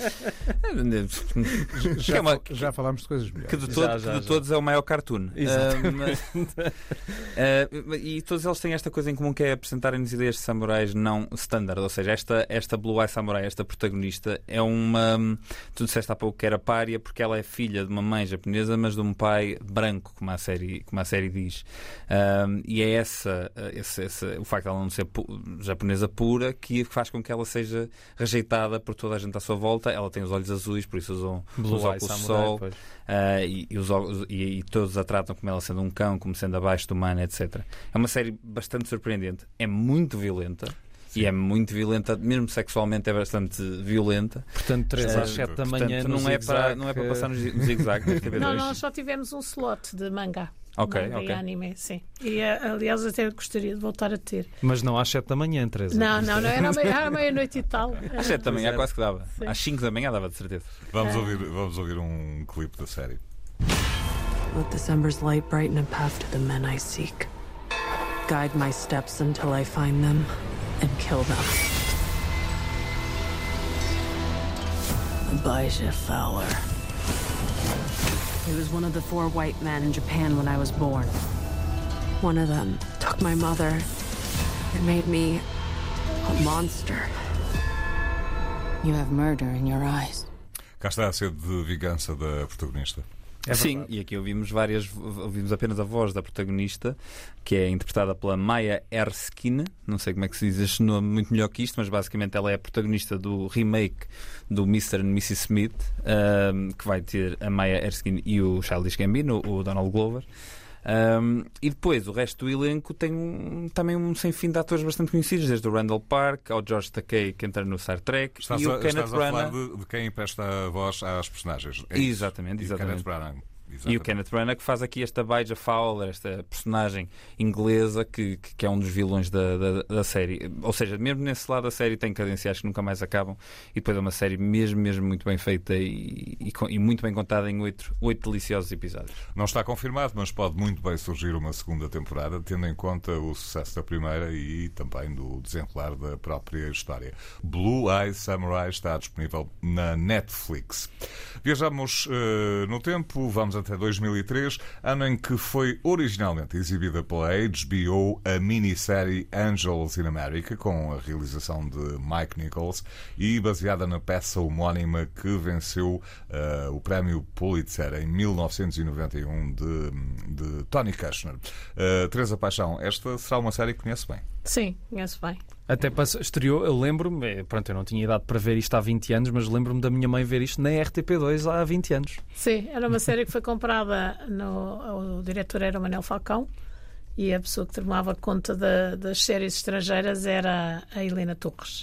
Já, Que é uma- já falámos de coisas melhores. Que de, todo- Já, já, que de já. todos é o maior cartoon. Exatamente. Ah, mas- Ah, e todos eles têm esta coisa em comum, que é apresentarem-nos ideias de samurais não standard. Ou seja, esta, esta Blue Eye Samurai, esta protagonista, é uma... Tu disseste há pouco que era pária porque ela é filha de uma mãe japonesa, mas de um pai branco, como a série, como a série diz. Ah, e é essa, esse, esse, o facto de ela não ser pu- japonesa pura que faz com que ela seja rejeitada por toda a gente à sua volta. Ela tem os olhos azuis, por isso usam Blue os Eye óculos de Samurai, sol. pois. Uh, e, e, os, e, e todos a tratam como ela sendo um cão, como sendo abaixo do humano, etcétera. É uma série bastante surpreendente, é muito violenta. Sim. E é muito violenta, mesmo sexualmente é bastante violenta. Portanto, três Uh, às sete da portanto, manhã no não, é para, zig-zag, não é para passar no zi- no zigue-zague na T V dois. Não, nós só tivemos um slot de mangá. Ok, manga ok. e anime, sim. E aliás, até gostaria de voltar a ter. Mas não às sete da manhã, Teresa. Não, não, não era, meia, era meia-noite e tal. Às sete da manhã quase que dava. Sim. Às cinco da manhã dava de certeza. Vamos ouvir, vamos ouvir um clipe da série. Let December's light brighten a path to the men I seek. Guide my steps until I find them and kill them. Abijah Fowler. He was one of the four white men in Japan when I was born. One of them took my mother and made me a monster. You have murder in your eyes. Cá está a sede de vingança da protagonista. É Sim, verdade. e aqui ouvimos várias, ouvimos apenas a voz da protagonista, que é interpretada pela Maya Erskine. Não sei como é que se diz este nome muito melhor que isto, mas basicamente ela é a protagonista do remake do mister and missus Smith, um, que vai ter a Maya Erskine e o Childish Gambino, o Donald Glover. Um, e depois o resto do elenco tem um, também um sem fim de atores bastante conhecidos, desde o Randall Park ao George Takei, que entra no Star Trek, Estás e o a, Kenneth estás a falar Branagh. de, de quem empresta a voz às personagens. É isso? Exatamente, E o exatamente. Kenneth Branagh. E o Exatamente. Kenneth Branagh, que faz aqui esta Abijah Fowler, esta personagem inglesa que, que, que é um dos vilões da, da, da série. Ou seja, mesmo nesse lado a série tem cadenciais que nunca mais acabam, e depois é uma série mesmo, mesmo muito bem feita e, e, e muito bem contada em oito, oito deliciosos episódios. Não está confirmado, mas pode muito bem surgir uma segunda temporada, tendo em conta o sucesso da primeira e também do desenrolar da própria história. Blue Eye Samurai está disponível na Netflix. Viajamos uh, no tempo, vamos até dois mil e três, ano em que foi originalmente exibida pela H B O a minissérie Angels in America, com a realização de Mike Nichols e baseada na peça homónima que venceu uh, o prémio Pulitzer em mil novecentos e noventa e um de, de Tony Kushner. Uh, Teresa Paixão, esta será uma série que conhece bem. Sim, conheço bem. Até passou, estreou, eu lembro-me, eh, pronto, eu não tinha idade para ver isto há vinte anos, mas lembro-me da minha mãe ver isto na R T P dois há vinte anos. Sim, era uma série que foi comprada, no, o diretor era o Manel Falcão e a pessoa que tomava conta da, das séries estrangeiras era a Helena Torres.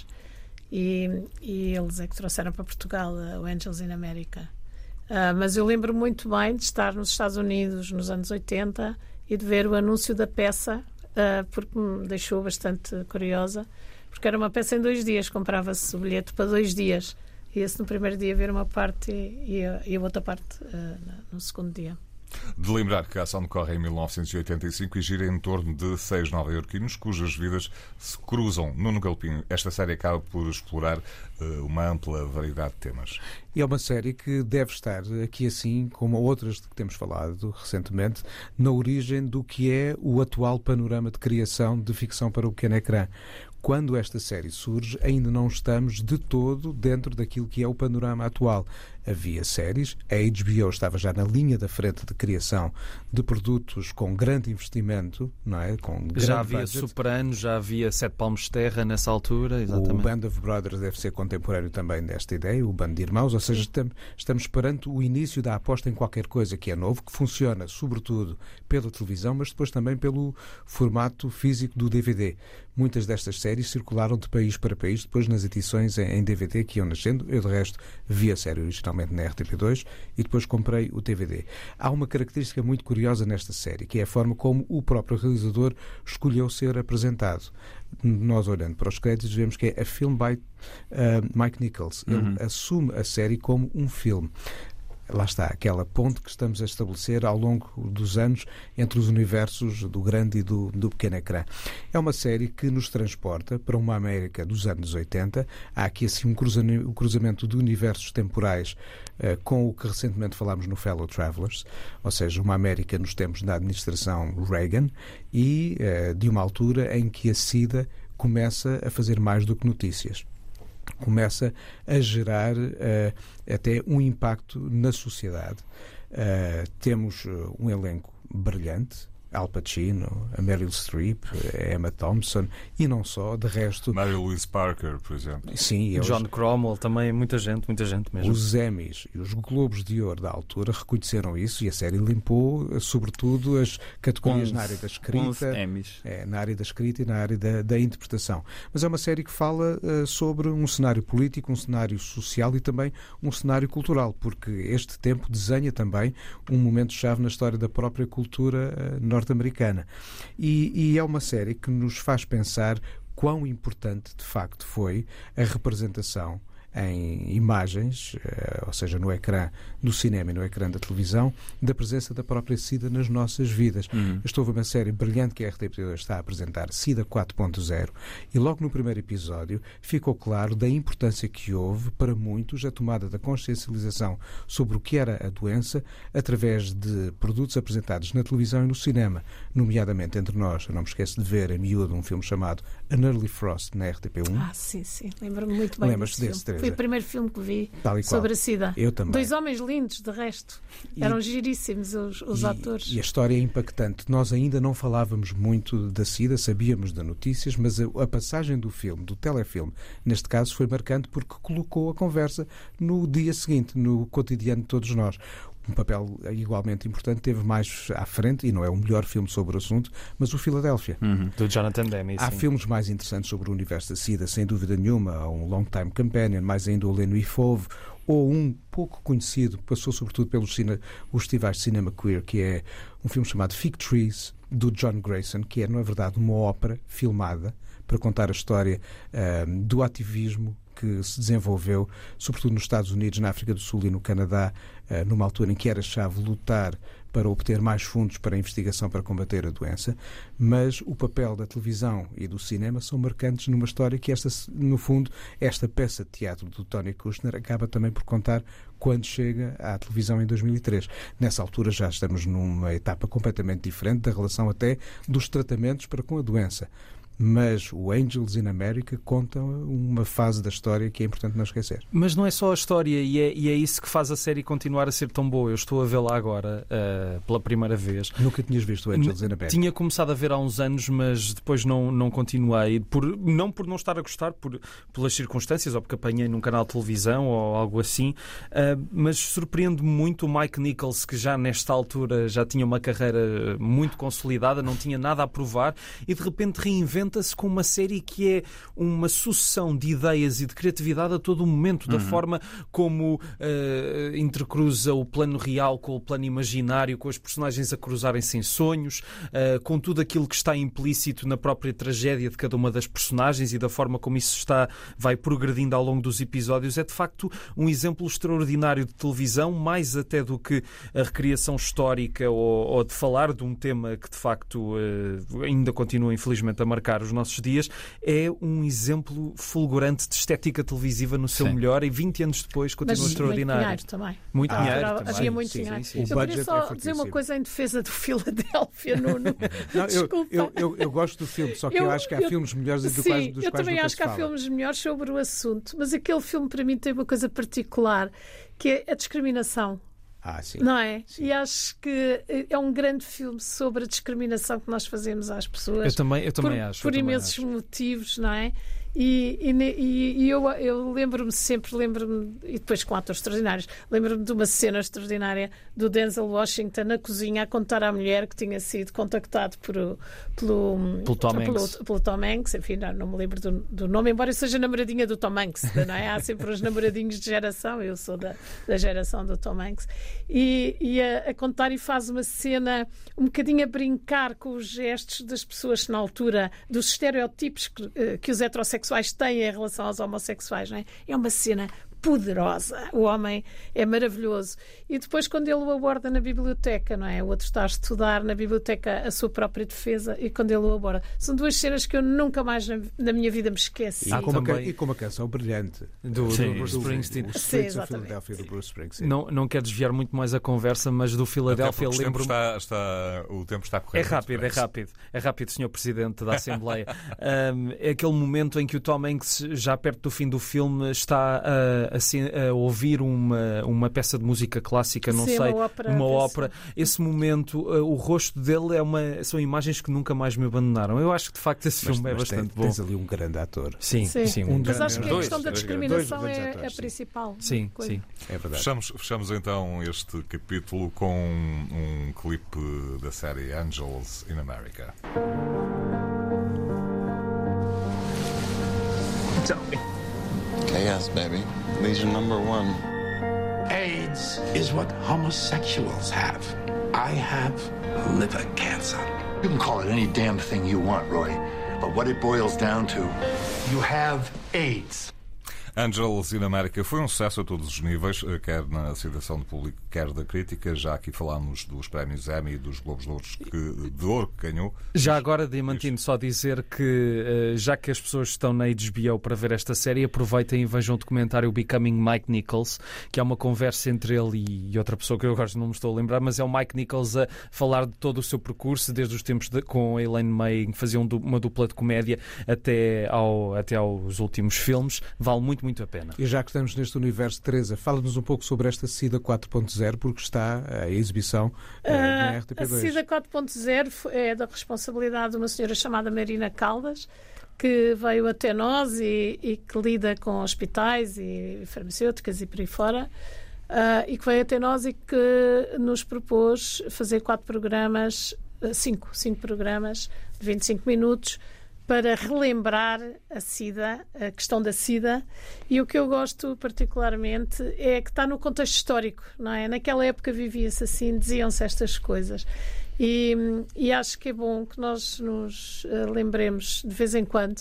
E, e eles é que trouxeram para Portugal o Angels in America. Uh, mas eu lembro muito bem de estar nos Estados Unidos nos anos oitenta e de ver o anúncio da peça, uh, porque me deixou bastante curiosa, porque era uma peça em dois dias, comprava-se o bilhete para dois dias, ia-se no primeiro dia ver uma parte e, e, a, e a outra parte uh, no segundo dia. De lembrar que a ação decorre em mil novecentos e oitenta e cinco e gira em torno de seis nova-iorquinos cujas vidas se cruzam. Nuno Galpinho, esta série acaba por explorar uh, uma ampla variedade de temas. E é uma série que deve estar aqui, assim como outras de que temos falado recentemente, na origem do que é o atual panorama de criação de ficção para o pequeno ecrã. quando esta série surge, ainda não estamos de todo dentro daquilo que é o panorama atual. Havia séries, a H B O estava já na linha da frente de criação de produtos com grande investimento, não é? Com já havia budget. Sopranos, já havia Sete Palmos de Terra nessa altura, exatamente. O Band of Brothers deve ser contemporâneo também desta ideia, o Band de Irmãos, ou seja, estamos, estamos perante o início da aposta em qualquer coisa que é novo, que funciona sobretudo pela televisão, mas depois também pelo formato físico do D V D. Muitas destas séries circularam de país para país, depois nas edições em D V D que iam nascendo. Eu, de resto, vi a série originalmente na R T P dois e depois comprei o D V D. Há uma característica muito curiosa nesta série, que é a forma como o próprio realizador escolheu ser apresentado. Nós, olhando para os créditos, vemos que é a film by uh, Mike Nichols. Ele uhum. assume a série como um filme. Lá está, aquela ponte que estamos a estabelecer ao longo dos anos entre os universos do grande e do, do pequeno ecrã. É uma série que nos transporta para uma América dos anos oitenta. Há aqui assim um cruzamento, um cruzamento de universos temporais uh, com o que recentemente falámos no Fellow Travelers, ou seja, uma América nos tempos da administração Reagan e uh, de uma altura em que a SIDA começa a fazer mais do que notícias. Começa a gerar uh, até um impacto na sociedade. Uh, temos uh, um elenco brilhante, Al Pacino, a Meryl Streep, a Emma Thompson e não só, de resto... Mary Louise Parker, por exemplo. Sim, John eles... Cromwell também, muita gente, muita gente mesmo. Os Emmys e os Globos de Ouro da altura reconheceram isso e a série limpou, sobretudo, as categorias onze, na área da escrita, é, na área da escrita e na área da, da interpretação. Mas é uma série que fala uh, sobre um cenário político, um cenário social e também um cenário cultural, porque este tempo desenha também um momento-chave na história da própria cultura uh, norte-americana. E, e é uma série que nos faz pensar quão importante, de facto, foi a representação em imagens, ou seja, no ecrã do cinema e no ecrã da televisão, da presença da própria SIDA nas nossas vidas. Uhum. Estou a ver uma série brilhante que a R T P dois está a apresentar, SIDA quatro ponto zero, e logo no primeiro episódio ficou claro da importância que houve para muitos a tomada da consciencialização sobre o que era a doença através de produtos apresentados na televisão e no cinema, nomeadamente entre nós. Eu não me esqueço de ver em miúdo um filme chamado An Early Frost na R T P um. Ah, sim, sim. Lembro-me muito bem Lembras-te desse, Teresa? Foi o primeiro filme que vi sobre a SIDA. Eu também. Dois homens lindos, de resto. Eram e, giríssimos os, os e, atores. E a história é impactante. Nós ainda não falávamos muito da SIDA, sabíamos das notícias, mas a, a passagem do filme, do telefilme, neste caso foi marcante porque colocou a conversa no dia seguinte, no cotidiano de todos nós. Um papel igualmente importante teve mais à frente, e não é o melhor filme sobre o assunto, mas o Filadélfia. Uhum. Do Jonathan Demme. Há sim. filmes mais interessantes sobre o universo da SIDA, sem dúvida nenhuma. Há um Long Time Companion, mais ainda o Le Nuit Fauve, ou um pouco conhecido, passou sobretudo pelos cine, os festivais de cinema queer, que é um filme chamado Fig Trees, do John Grayson, que é, na verdade, uma ópera filmada para contar a história uh, do ativismo que se desenvolveu, sobretudo nos Estados Unidos, na África do Sul e no Canadá, numa altura em que era chave lutar para obter mais fundos para a investigação para combater a doença, mas o papel da televisão e do cinema são marcantes numa história que, esta, no fundo, esta peça de teatro do Tony Kushner acaba também por contar quando chega à televisão em dois mil e três. Nessa altura já estamos numa etapa completamente diferente da relação até dos tratamentos para com a doença. Mas o Angels in America conta uma fase da história que é importante não esquecer. Mas não é só a história, e é, e é isso que faz a série continuar a ser tão boa. Eu estou a vê-la agora uh, pela primeira vez. Nunca tinhas visto o Angels in America? Tinha começado a ver há uns anos, mas depois não, não continuei. Por, não por não estar a gostar, por, pelas circunstâncias, ou porque apanhei num canal de televisão ou algo assim. Uh, mas surpreende-me muito o Mike Nichols, que já nesta altura já tinha uma carreira muito consolidada, não tinha nada a provar, e de repente reinventa se com uma série que é uma sucessão de ideias e de criatividade a todo o momento, da uhum. forma como uh, intercruza o plano real com o plano imaginário, com os personagens a cruzarem-se em sonhos, uh, com tudo aquilo que está implícito na própria tragédia de cada uma das personagens e da forma como isso está, vai progredindo ao longo dos episódios. É de facto um exemplo extraordinário de televisão, mais até do que a recriação histórica ou, ou de falar de um tema que de facto uh, ainda continua infelizmente a marcar marcar os nossos dias, é um exemplo fulgurante de estética televisiva no seu Sim. melhor e vinte anos depois continua Mas extraordinário. muito dinheiro também. Muito Ah, dinheiro Havia também. muito Sim, dinheiro. sim, sim. Eu O queria budget só é dizer uma fortíssimo. coisa em defesa do Filadélfia, Nuno. Não, eu, Desculpa. eu, eu, eu gosto do filme, só que eu, Eu- acho que há eu- filmes melhores e do Sim, quais, dos eu quais também nunca acho se que há fala. filmes melhores sobre o assunto, mas aquele filme para mim tem uma coisa particular, que é a discriminação. Ah, sim. Não é? Sim. E acho que é um grande filme sobre a discriminação que nós fazemos às pessoas. Eu também, eu também por, acho. por eu também imensos acho. motivos, não é? E, e, ne- e- e eu, eu lembro-me sempre, lembro-me, e depois com atores extraordinários, lembro-me de uma cena extraordinária do Denzel Washington na cozinha a contar à mulher que tinha sido contactado por, o- pelo, Pelo Tom pelo, Hanks. pelo Tom Hanks, enfim, não, não me lembro do, do nome, embora eu seja namoradinha do Tom Hanks, não é? Há sempre os namoradinhos de geração, eu sou da, da geração do Tom Hanks, e, e a, a contar e faz uma cena um bocadinho a brincar com os gestos das pessoas que na altura, dos estereótipos que, eh, que os heterossexuais têm em relação aos homossexuais, não é? É uma cena poderosa. O homem é maravilhoso. E depois, quando ele o aborda na biblioteca, não é? O outro está a estudar na biblioteca a sua própria defesa e quando ele o aborda. São duas cenas que eu nunca mais na, na minha vida me esqueci. E, Há com uma, ca- também- e com uma canção brilhante Do- do Sim. Bruce Springsteen. O Sim, Streets of exatamente. Philadelphia do Bruce Springsteen. Não, não quero desviar muito mais a conversa, mas do Até Filadélfia porque o tempo lembro-me. está, está, o tempo está É correto. rápido, é rápido. É rápido, senhor Presidente da Assembleia. Um, é aquele momento em que o Tom Hanks, já perto do fim do filme, está a, a se- a ouvir uma, uma peça de música clássica, não Sim, sei, uma ópera, uma penso. ópera. Esse momento, uh, o rosto dele é uma, são imagens que nunca mais me abandonaram. Eu acho que de facto esse Mas, filme é mas bastante tem- bom. tens ali um grande ator. Sim, Sim. sim. Um Mas grande- acho que a Dois, questão da dois discriminação grandes é, atores, é a sim. principal. Sim, coisa. sim. É verdade. Fechamos, fechamos então este capítulo com um, um clipe da série Angels in America. Tell me. Chaos, baby. Legion number one. AIDS is what homosexuals have. I have liver cancer. You can call it any damn thing you want, Roy, but what it boils down to, you have AIDS. Angels in America foi um sucesso a todos os níveis, quer na aceitação do público, quer da crítica. Já aqui falámos dos prémios Emmy e dos Globos de Ouro que, de Ouro que ganhou. Já agora, Diamantino, só dizer que, uh, já que as pessoas estão na H B O para ver esta série, aproveitem e vejam o documentário Becoming Mike Nichols, que é uma conversa entre ele e outra pessoa que eu agora não me estou a lembrar, mas é o Mike Nichols a falar de todo o seu percurso, desde os tempos de, com a Elaine May, em que faziam du- uma dupla de comédia, até, ao, até aos últimos filmes. Vale muito, muito a pena. E já que estamos neste universo, Teresa, fala-nos um pouco sobre esta SIDA quatro ponto zero, porque está a exibição uh, na R T P A dois. SIDA quatro ponto zero é da responsabilidade de uma senhora chamada Marina Caldas, que veio até nós e, e que lida com hospitais e farmacêuticas e por aí fora, uh, e que veio até nós e que nos propôs fazer quatro programas, uh, cinco, cinco programas de vinte e cinco minutos, para relembrar a SIDA, a questão da SIDA, e o que eu gosto particularmente é que está no contexto histórico, não é? Naquela época vivia-se assim, diziam-se estas coisas. E, e acho que é bom que nós nos uh, lembremos de vez em quando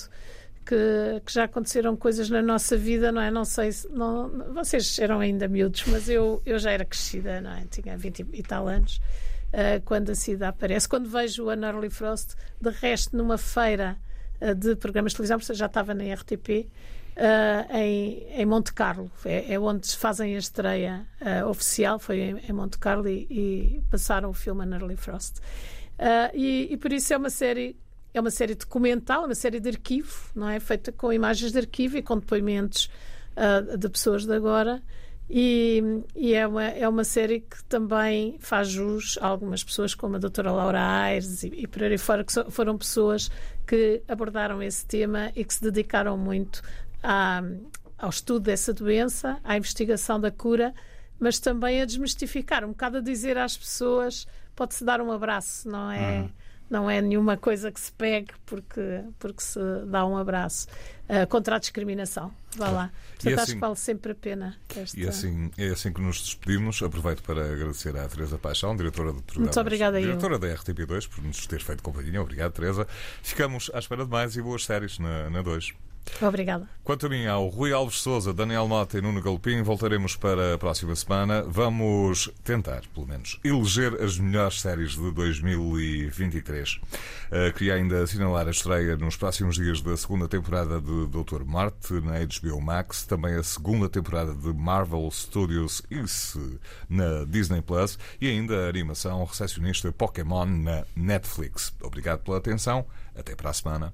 que, que já aconteceram coisas na nossa vida, não é? Não sei se não, vocês eram ainda miúdos, mas eu, eu já era crescida, não é? Tinha vinte e tal anos. Uh, quando a SIDA aparece, quando vejo a Nerly Frost, de resto, numa feira uh, de programas de televisão, porque já estava na R T P, uh, em, em Monte Carlo, é, é onde se fazem a estreia uh, oficial, foi em, em Monte Carlo, e, e passaram o filme a Nerly Frost. Uh, e, e por isso é uma série, é uma série documental, é uma série de arquivo, não é? Feita com imagens de arquivo e com depoimentos uh, de pessoas de agora. E, e é, uma, é uma série que também faz jus a algumas pessoas, como a doutora Laura Aires e, e por aí fora, que so, foram pessoas que abordaram esse tema e que se dedicaram muito à, ao estudo dessa doença, à investigação da cura, mas também a desmistificar, um bocado a dizer às pessoas: pode-se dar um abraço, não é? Hum. Não é nenhuma coisa que se pegue porque, porque se dá um abraço, uh, contra a discriminação. Vá lá. Portanto, assim, acho que vale sempre a pena. Esta... E assim, é assim que nos despedimos. Aproveito para agradecer à Teresa Paixão, diretora do programa. Muito obrigada, diretora eu. da R T P dois, por nos ter feito companhia. Obrigado, Teresa. Ficamos à espera de mais e boas séries na dois. Obrigada. Quanto a mim, ao Rui Alves Sousa, Daniel Mota e Nuno Galopim, voltaremos para a próxima semana. Vamos tentar, pelo menos, eleger as melhores séries de dois mil e vinte e três. Uh, queria ainda assinalar a estreia nos próximos dias da segunda temporada de doutor Marte na H B O Max, também a segunda temporada de Marvel Studios Isso na Disney Plus e ainda a animação recepcionista Pokémon na Netflix. Obrigado pela atenção. Até para a semana.